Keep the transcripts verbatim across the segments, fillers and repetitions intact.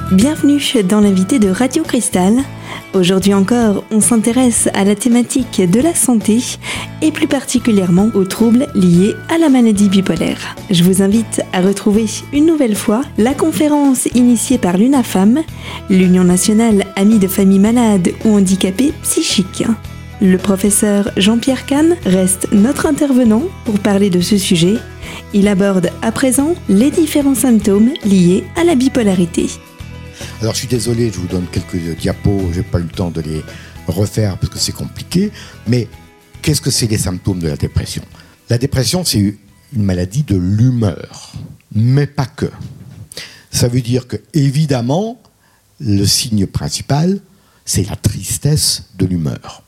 Bienvenue dans l'invité de Radio Cristal. Aujourd'hui encore, on s'intéresse à la thématique de la santé et plus particulièrement aux troubles liés à la maladie bipolaire. Je vous invite à retrouver une nouvelle fois la conférence initiée par l'UNAFAM, l'Union nationale amies de familles malades ou handicapées psychiques. Le professeur Jean-Pierre Kahn reste notre intervenant pour parler de ce sujet. Il aborde à présent les différents symptômes liés à la bipolarité. Alors je suis désolé, je vous donne quelques diapos, je n'ai pas eu le temps de les refaire parce que c'est compliqué, mais qu'est-ce que c'est les symptômes de la dépression ? La dépression, c'est une maladie de l'humeur, mais pas que. Ça veut dire que, évidemment, le signe principal, c'est la tristesse de l'humeur.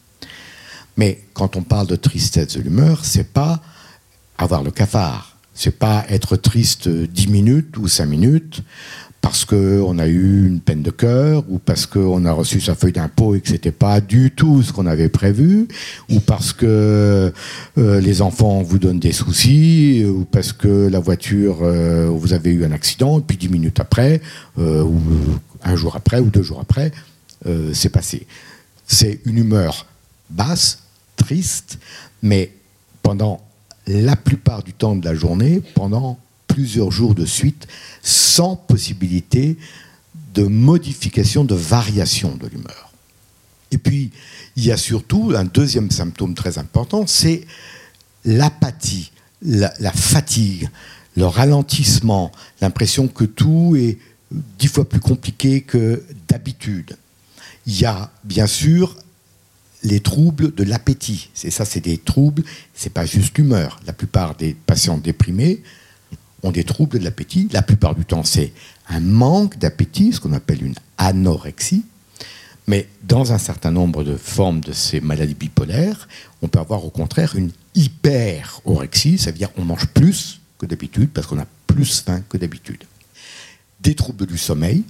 Mais quand on parle de tristesse de l'humeur, c'est pas avoir le cafard, c'est pas être triste dix minutes ou cinq minutes, parce qu'on a eu une peine de cœur, ou parce qu'on a reçu sa feuille d'impôt et que ce n'était pas du tout ce qu'on avait prévu, ou parce que euh, les enfants vous donnent des soucis, ou parce que la voiture, euh, vous avez eu un accident, et puis dix minutes après, euh, ou un jour après, ou deux jours après, euh, c'est passé. C'est une humeur basse, triste, mais pendant la plupart du temps de la journée, pendant plusieurs jours de suite, sans possibilité de modification, de variation de l'humeur. Et puis, il y a surtout un deuxième symptôme très important, c'est l'apathie, la, la fatigue, le ralentissement, l'impression que tout est dix fois plus compliqué que d'habitude. Il y a, bien sûr, les troubles de l'appétit. C'est ça, c'est des troubles, c'est pas juste l'humeur. La plupart des patients déprimés ont des troubles de l'appétit. La plupart du temps, c'est un manque d'appétit, ce qu'on appelle une anorexie. Mais dans un certain nombre de formes de ces maladies bipolaires, on peut avoir au contraire une hyperorexie, ça veut dire qu'on mange plus que d'habitude parce qu'on a plus faim que d'habitude. Des troubles du sommeil,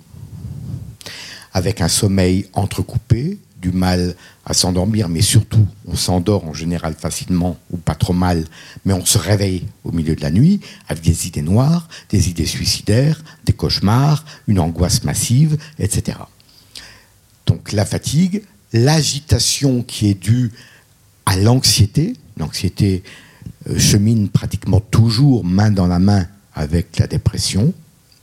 avec un sommeil entrecoupé, du mal à s'endormir, mais surtout, on s'endort en général facilement, ou pas trop mal, mais on se réveille au milieu de la nuit, avec des idées noires, des idées suicidaires, des cauchemars, une angoisse massive, et cetera. Donc la fatigue, l'agitation qui est due à l'anxiété, l'anxiété euh, chemine pratiquement toujours main dans la main avec la dépression,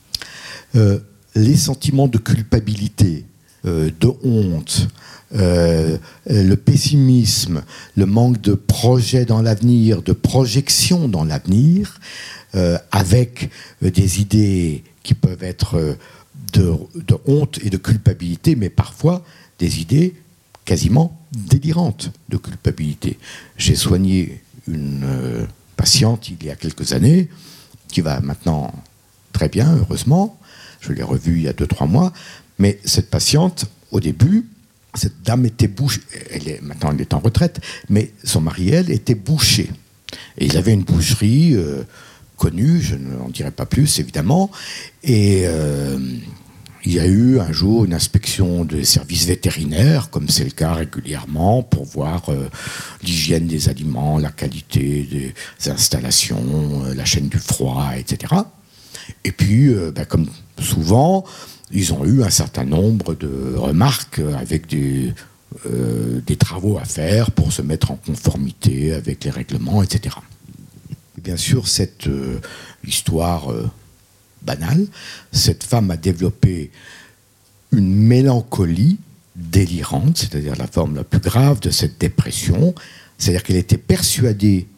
euh, les sentiments de culpabilité, euh, de honte, Euh, le pessimisme, le manque de projet dans l'avenir, de projection dans l'avenir, euh, avec euh, des idées qui peuvent être euh, de, de honte et de culpabilité, mais parfois des idées quasiment délirantes de culpabilité. J'ai soigné une euh, patiente il y a quelques années, qui va maintenant très bien, heureusement. Je l'ai revue il y a deux, trois mois. Mais cette patiente, au début, cette dame était bouchée, elle est, maintenant elle est en retraite, mais son mari, elle, était bouché. Et ils avaient une boucherie euh, connue, je n'en dirai pas plus, évidemment. Et euh, il y a eu un jour une inspection des services vétérinaires, comme c'est le cas régulièrement, pour voir euh, l'hygiène des aliments, la qualité des installations, euh, la chaîne du froid, et cetera. Et puis, euh, ben, comme souvent, ils ont eu un certain nombre de remarques avec des, euh, des travaux à faire pour se mettre en conformité avec les règlements, et cetera. Et bien sûr, cette euh, histoire euh, banale, cette femme a développé une mélancolie délirante, c'est-à-dire la forme la plus grave de cette dépression, c'est-à-dire qu'elle était persuadée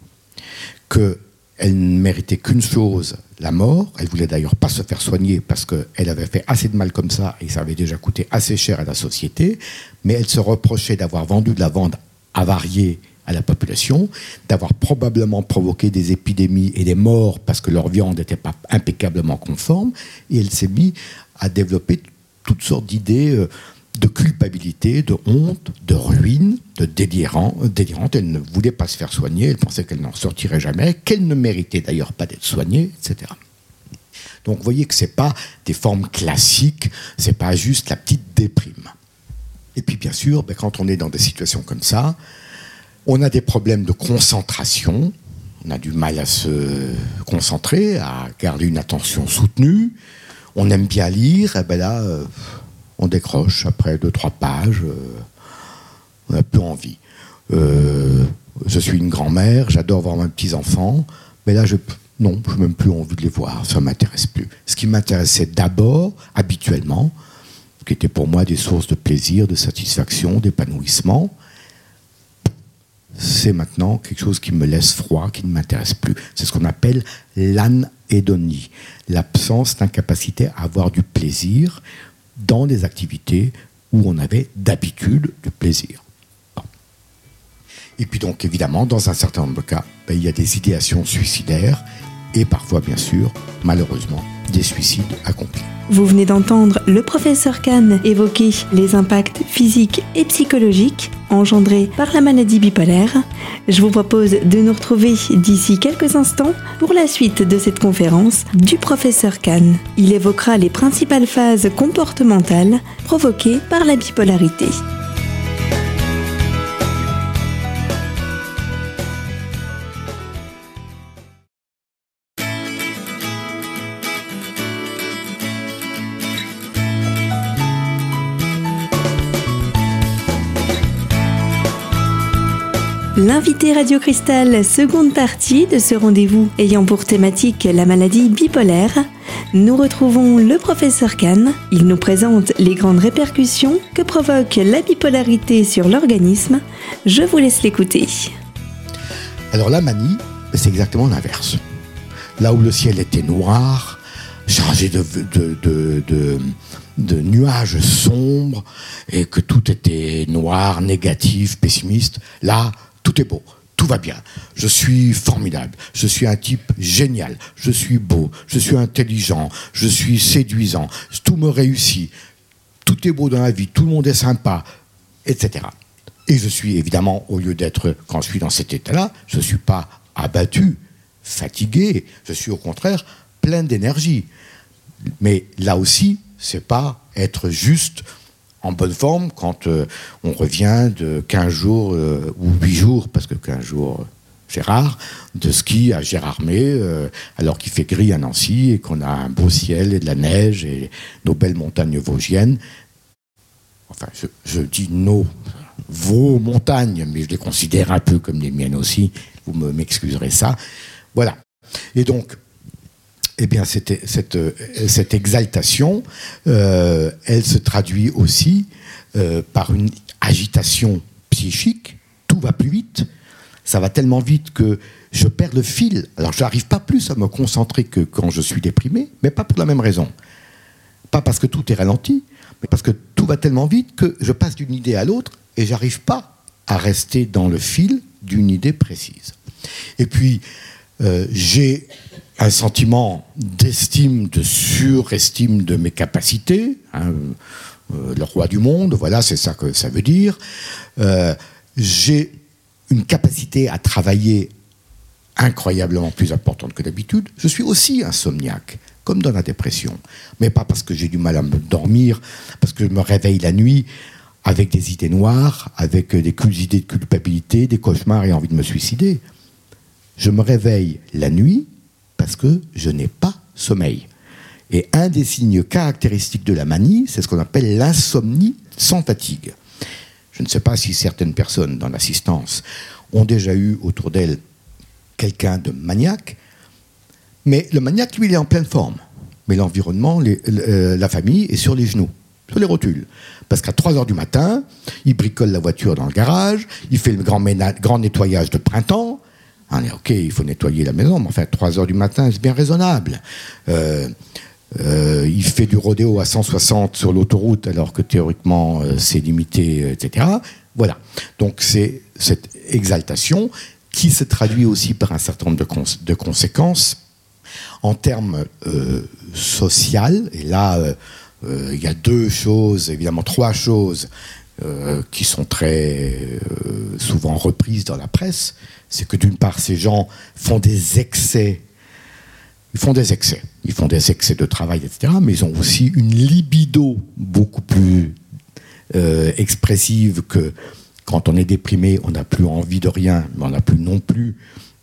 que elle ne méritait qu'une chose, la mort. Elle voulait d'ailleurs pas se faire soigner parce qu'elle avait fait assez de mal comme ça et ça avait déjà coûté assez cher à la société. Mais elle se reprochait d'avoir vendu de la viande avariée à la population, d'avoir probablement provoqué des épidémies et des morts parce que leur viande n'était pas impeccablement conforme. Et elle s'est mise à développer toutes sortes d'idées euh, de culpabilité, de honte, de ruine, de délirant, délirante. Elle ne voulait pas se faire soigner, elle pensait qu'elle n'en sortirait jamais, qu'elle ne méritait d'ailleurs pas d'être soignée, et cetera. Donc vous voyez que ce n'est pas des formes classiques, ce n'est pas juste la petite déprime. Et puis bien sûr, ben, quand on est dans des situations comme ça, on a des problèmes de concentration, on a du mal à se concentrer, à garder une attention soutenue, on aime bien lire, et ben là, euh, on décroche après deux, trois pages, euh, on n'a plus envie. Euh, je suis une grand-mère, j'adore voir mes petits-enfants, mais là, je, non, je n'ai même plus envie de les voir, ça ne m'intéresse plus. Ce qui m'intéressait d'abord, habituellement, qui était pour moi des sources de plaisir, de satisfaction, d'épanouissement, c'est maintenant quelque chose qui me laisse froid, qui ne m'intéresse plus. C'est ce qu'on appelle l'anédonie, l'absence d'incapacité à avoir du plaisir dans des activités où on avait d'habitude du plaisir. Bon. Et puis donc, évidemment, dans un certain nombre de cas, ben, il y a des idéations suicidaires et parfois, bien sûr, malheureusement, des suicides accomplis. Vous venez d'entendre le professeur Kahn évoquer les impacts physiques et psychologiques engendrés par la maladie bipolaire. Je vous propose de nous retrouver d'ici quelques instants pour la suite de cette conférence du professeur Kahn. Il évoquera les principales phases comportementales provoquées par la bipolarité. L'invité Radio Cristal, seconde partie de ce rendez-vous ayant pour thématique la maladie bipolaire. Nous retrouvons le professeur Kahn. Il nous présente les grandes répercussions que provoque la bipolarité sur l'organisme. Je vous laisse l'écouter. Alors la manie, c'est exactement l'inverse. Là où le ciel était noir, chargé de, de, de, de, de nuages sombres, et que tout était noir, négatif, pessimiste, là, tout est beau, tout va bien. Je suis formidable, je suis un type génial, je suis beau, je suis intelligent, je suis séduisant, tout me réussit, tout est beau dans la vie, tout le monde est sympa, et cetera. Et je suis évidemment, au lieu d'être, quand je suis dans cet état-là, je ne suis pas abattu, fatigué, je suis au contraire plein d'énergie. Mais là aussi, c'est pas être juste en bonne forme quand euh, on revient de quinze jours euh, ou huit jours, parce que quinze jours, c'est rare, de ski à Gérardmer, euh, alors qu'il fait gris à Nancy et qu'on a un beau ciel et de la neige et nos belles montagnes vosgiennes. Enfin, je, je dis nos, vos montagnes, mais je les considère un peu comme les miennes aussi. Vous me, m'excuserez ça. Voilà. Et donc, eh bien, cette, cette, cette exaltation, euh, elle se traduit aussi euh, par une agitation psychique. Tout va plus vite. Ça va tellement vite que je perds le fil. Alors, je n'arrive pas plus à me concentrer que quand je suis déprimé, mais pas pour la même raison. Pas parce que tout est ralenti, mais parce que tout va tellement vite que je passe d'une idée à l'autre et je n'arrive pas à rester dans le fil d'une idée précise. Et puis, euh, j'ai un sentiment d'estime, de surestime de mes capacités, hein, euh, le roi du monde, voilà, c'est ça que ça veut dire. Euh, j'ai une capacité à travailler incroyablement plus importante que d'habitude. Je suis aussi insomniaque, comme dans la dépression, mais pas parce que j'ai du mal à me dormir, parce que je me réveille la nuit avec des idées noires, avec des idées de culpabilité, des cauchemars et envie de me suicider. Je me réveille la nuit parce que je n'ai pas sommeil. Et un des signes caractéristiques de la manie, c'est ce qu'on appelle l'insomnie sans fatigue. Je ne sais pas si certaines personnes dans l'assistance ont déjà eu autour d'elles quelqu'un de maniaque, mais le maniaque, lui, il est en pleine forme. Mais l'environnement, les, euh, la famille est sur les genoux, sur les rotules. Parce qu'à trois heures du matin, il bricole la voiture dans le garage, il fait le grand, ménage, grand nettoyage de printemps. On est ok, il faut nettoyer la maison, mais enfin, trois heures du matin, c'est bien raisonnable. Euh, euh, il fait du rodéo à cent soixante sur l'autoroute, alors que théoriquement, euh, c'est limité, et cetera. Voilà. Donc, c'est cette exaltation qui se traduit aussi par un certain nombre de, cons- de conséquences en termes euh, social. Et là, euh, euh, il y a deux choses, évidemment trois choses, euh, qui sont très euh, souvent reprises dans la presse. C'est que d'une part, ces gens font des excès, ils font des excès, ils font des excès de travail, et cetera, mais ils ont aussi une libido beaucoup plus euh, expressive que quand on est déprimé, on n'a plus envie de rien, mais on n'a plus non plus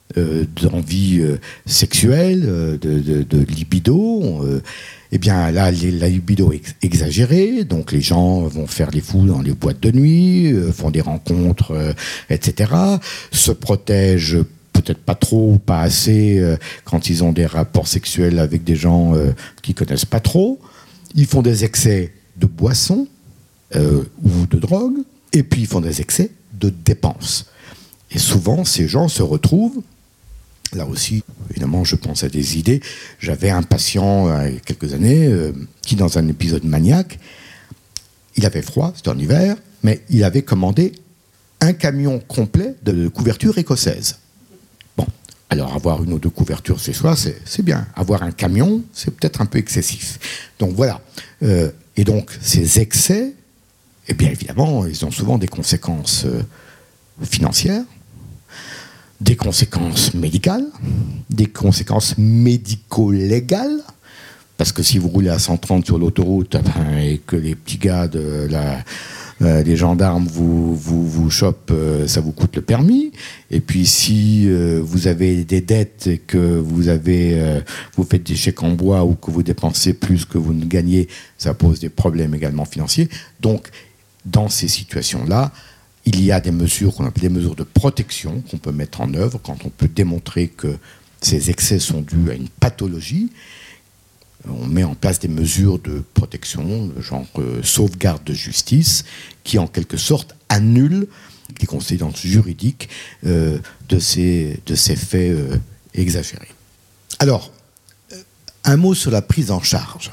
euh, d'envie euh, sexuelle, euh, de, de, de libido. Euh, eh bien là, les, la libido est exagérée, donc les gens vont faire les fous dans les boîtes de nuit, euh, font des rencontres, euh, et cetera, se protègent peut-être pas trop ou pas assez euh, quand ils ont des rapports sexuels avec des gens euh, qu'ils connaissent pas trop. Ils font des excès de boissons euh, ou de drogue, et puis ils font des excès de dépenses. Et souvent, ces gens se retrouvent, là aussi, évidemment, je pense à des idées. J'avais un patient, euh, il y a quelques années, euh, qui, dans un épisode maniaque, il avait froid, c'était en hiver, mais il avait commandé un camion complet de couverture écossaise. Bon, alors avoir une ou deux couvertures chez soi, c'est, c'est bien. Avoir un camion, c'est peut-être un peu excessif. Donc voilà. Euh, et donc, ces excès, eh bien évidemment, ils ont souvent des conséquences euh, financières, des conséquences médicales, des conséquences médico-légales, parce que si vous roulez à cent trente sur l'autoroute ben, et que les petits gars de la, euh, les gendarmes vous, vous, vous chopent, euh, ça vous coûte le permis. Et puis si euh, vous avez des dettes et que vous, avez, euh, vous faites des chèques en bois ou que vous dépensez plus que vous ne gagnez, ça pose des problèmes également financiers. Donc, dans ces situations-là, il y a des mesures qu'on appelle des mesures de protection qu'on peut mettre en œuvre quand on peut démontrer que ces excès sont dus à une pathologie. On met en place des mesures de protection, genre euh, sauvegarde de justice, qui en quelque sorte annulent les conséquences juridiques euh, de, ces, de ces faits euh, exagérés. Alors, euh, un mot sur la prise en charge.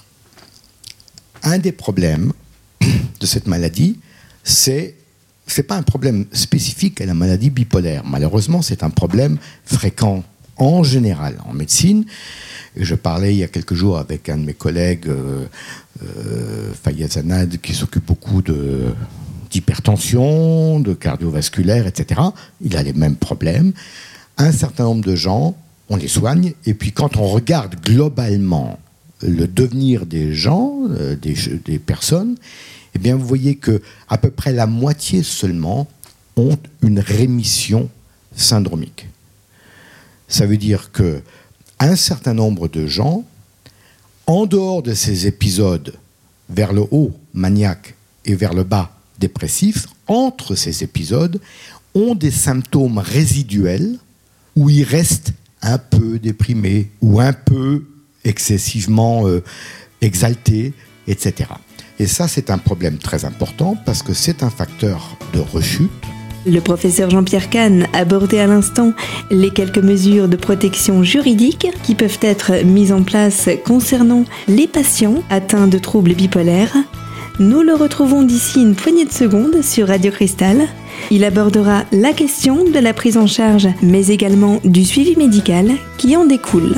Un des problèmes de cette maladie, c'est ce n'est pas un problème spécifique à la maladie bipolaire. Malheureusement, c'est un problème fréquent en général en médecine. Et je parlais il y a quelques jours avec un de mes collègues, euh, euh, Fayez Zanad, qui s'occupe beaucoup de, d'hypertension, de cardiovasculaire, et cetera. Il a les mêmes problèmes. Un certain nombre de gens, on les soigne. Et puis quand on regarde globalement le devenir des gens, euh, des, des personnes, eh bien, vous voyez qu'à peu près la moitié seulement ont une rémission syndromique. Ça veut dire qu'un certain nombre de gens, en dehors de ces épisodes vers le haut, maniaque, et vers le bas, dépressif, entre ces épisodes, ont des symptômes résiduels où ils restent un peu déprimés ou un peu excessivement euh, exaltés, et cetera. Et ça, c'est un problème très important parce que c'est un facteur de rechute. Le professeur Jean-Pierre Kahn abordait à l'instant les quelques mesures de protection juridique qui peuvent être mises en place concernant les patients atteints de troubles bipolaires. Nous le retrouvons d'ici une poignée de secondes sur Radio Cristal. Il abordera la question de la prise en charge, mais également du suivi médical qui en découle.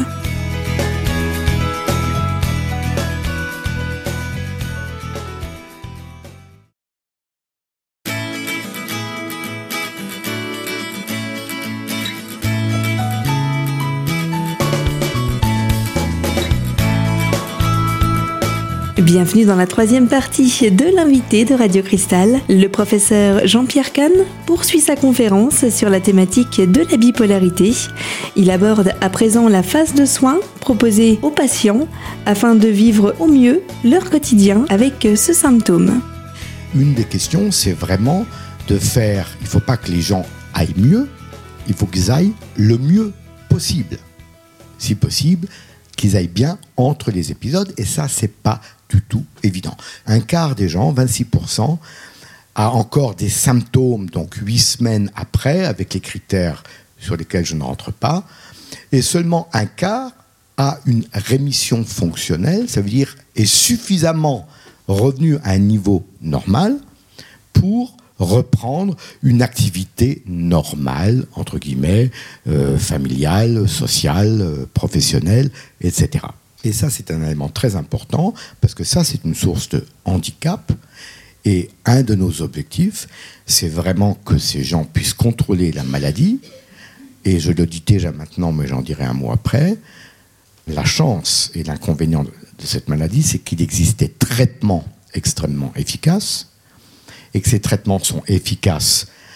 Bienvenue dans la troisième partie de l'invité de Radio Cristal. Le professeur Jean-Pierre Kahn poursuit sa conférence sur la thématique de la bipolarité. Il aborde à présent la phase de soins proposée aux patients afin de vivre au mieux leur quotidien avec ce symptôme. Une des questions, c'est vraiment de faire... Il ne faut pas que les gens aillent mieux, il faut qu'ils aillent le mieux possible. Si possible, qu'ils aillent bien entre les épisodes, et ça, c'est pas du tout évident. Un quart des gens, vingt-six pour cent, a encore des symptômes, donc huit semaines après, avec les critères sur lesquels je ne rentre pas, et seulement un quart a une rémission fonctionnelle, ça veut dire est suffisamment revenu à un niveau normal pour reprendre une activité normale, entre guillemets, euh, familiale, sociale, euh, professionnelle, et cetera. Et ça, c'est un élément très important, parce que ça, c'est une source de handicap. Et un de nos objectifs, c'est vraiment que ces gens puissent contrôler la maladie. Et je le dis déjà maintenant, mais j'en dirai un mot après. La chance et l'inconvénient de cette maladie, c'est qu'il existe des traitements extrêmement efficaces, et que ces traitements sont efficaces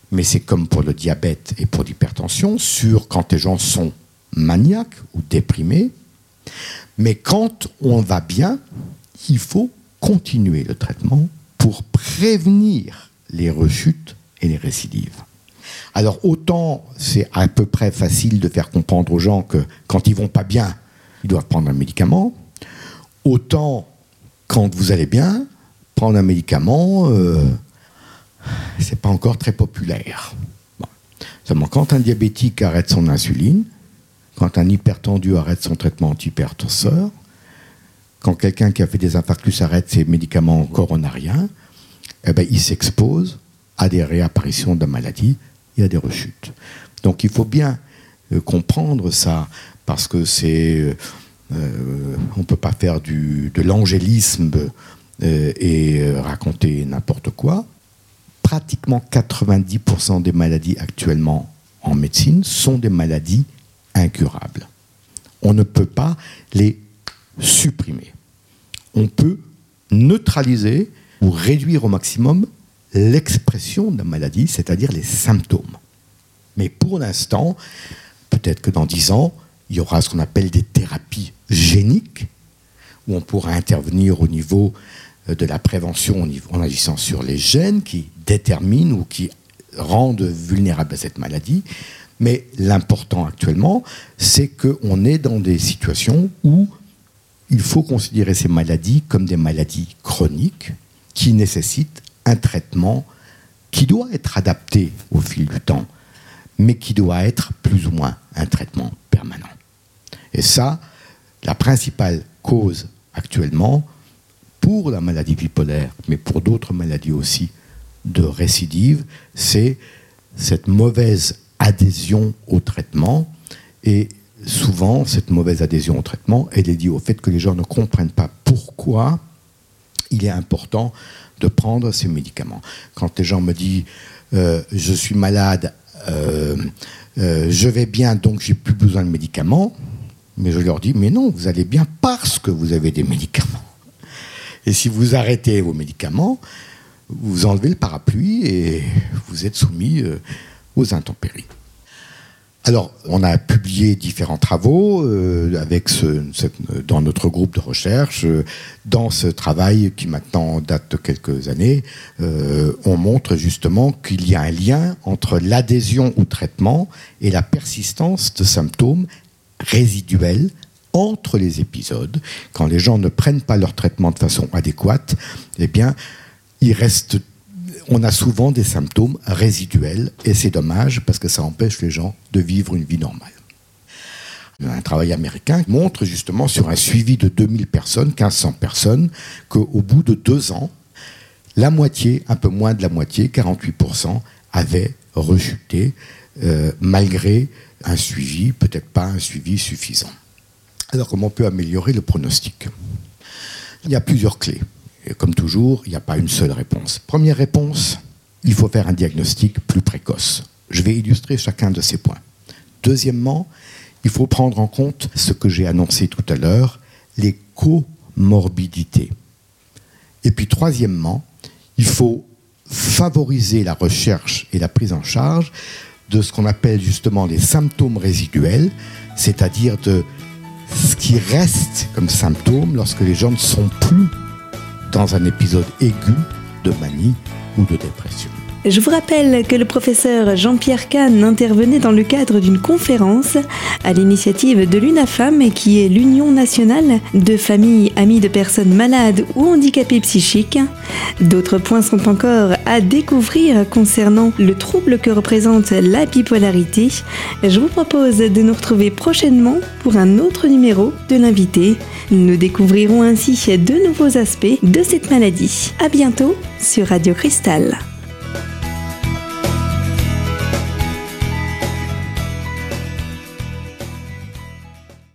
mais c'est comme pour le diabète et pour l'hypertension, sur quand les gens sont maniaques ou déprimés. Mais quand on va bien, il faut continuer le traitement pour prévenir les rechutes et les récidives. Alors autant c'est à peu près facile de faire comprendre aux gens que quand ils vont pas bien, ils doivent prendre un médicament, autant quand vous allez bien, prendre un médicament, euh, c'est pas encore très populaire. Bon. Seulement quand un diabétique arrête son insuline, quand un hypertendu arrête son traitement antihypertenseur, quand quelqu'un qui a fait des infarctus arrête ses médicaments coronariens, eh ben, il s'expose à des réapparitions de maladies et à des rechutes. Donc il faut bien euh, comprendre ça, parce que c'est, euh, on ne peut pas faire du, de l'angélisme euh, et euh, raconter n'importe quoi. Pratiquement quatre-vingt-dix pour cent des maladies actuellement en médecine sont des maladies incurables. On ne peut pas les supprimer. On peut neutraliser ou réduire au maximum l'expression de la maladie, c'est-à-dire les symptômes. Mais pour l'instant, peut-être que dans dix ans, il y aura ce qu'on appelle des thérapies géniques, où on pourra intervenir au niveau de la prévention en agissant sur les gènes qui déterminent ou qui rendent vulnérables à cette maladie. Mais l'important actuellement, c'est qu'on est dans des situations où il faut considérer ces maladies comme des maladies chroniques qui nécessitent un traitement qui doit être adapté au fil du temps, mais qui doit être plus ou moins un traitement permanent. Et ça, la principale cause actuellement, pour la maladie bipolaire, mais pour d'autres maladies aussi, de récidive, c'est cette mauvaise adhésion au traitement. Et souvent, cette mauvaise adhésion au traitement, elle est liée au fait que les gens ne comprennent pas pourquoi il est important de prendre ces médicaments. Quand les gens me disent euh, « je suis malade, euh, euh, je vais bien, donc j'ai plus besoin de médicaments », mais je leur dis « mais non, vous allez bien parce que vous avez des médicaments. Et si vous arrêtez vos médicaments, vous enlevez le parapluie et vous êtes soumis euh, aux intempéries. » Alors, on a publié différents travaux euh, avec ce, ce, dans notre groupe de recherche. Euh, dans ce travail qui maintenant date de quelques années, euh, on montre justement qu'il y a un lien entre l'adhésion au traitement et la persistance de symptômes résiduels entre les épisodes. Quand les gens ne prennent pas leur traitement de façon adéquate, eh bien, il reste... on a souvent des symptômes résiduels et c'est dommage parce que ça empêche les gens de vivre une vie normale. Un travail américain montre justement sur un suivi de deux mille personnes, mille cinq cents personnes, qu'au bout de deux ans, la moitié, un peu moins de la moitié, quarante-huit pour cent, avaient rechuté euh, malgré un suivi, peut-être pas un suivi suffisant. Alors comment on peut améliorer le pronostic ? Il y a plusieurs clés. Et comme toujours, il n'y a pas une seule réponse. Première réponse, il faut faire un diagnostic plus précoce. Je vais illustrer chacun de ces points. Deuxièmement, il faut prendre en compte ce que j'ai annoncé tout à l'heure, les comorbidités. Et puis troisièmement, il faut favoriser la recherche et la prise en charge de ce qu'on appelle justement les symptômes résiduels, c'est-à-dire de ce qui reste comme symptômes lorsque les gens ne sont plus dans un épisode aigu de manie ou de dépression. Je vous rappelle que le professeur Jean-Pierre Kahn intervenait dans le cadre d'une conférence à l'initiative de l'UNAFAM, qui est l'Union nationale de familles amies de personnes malades ou handicapées psychiques. D'autres points sont encore à découvrir concernant le trouble que représente la bipolarité. Je vous propose de nous retrouver prochainement pour un autre numéro de l'invité. Nous découvrirons ainsi de nouveaux aspects de cette maladie. À bientôt sur Radio Cristal.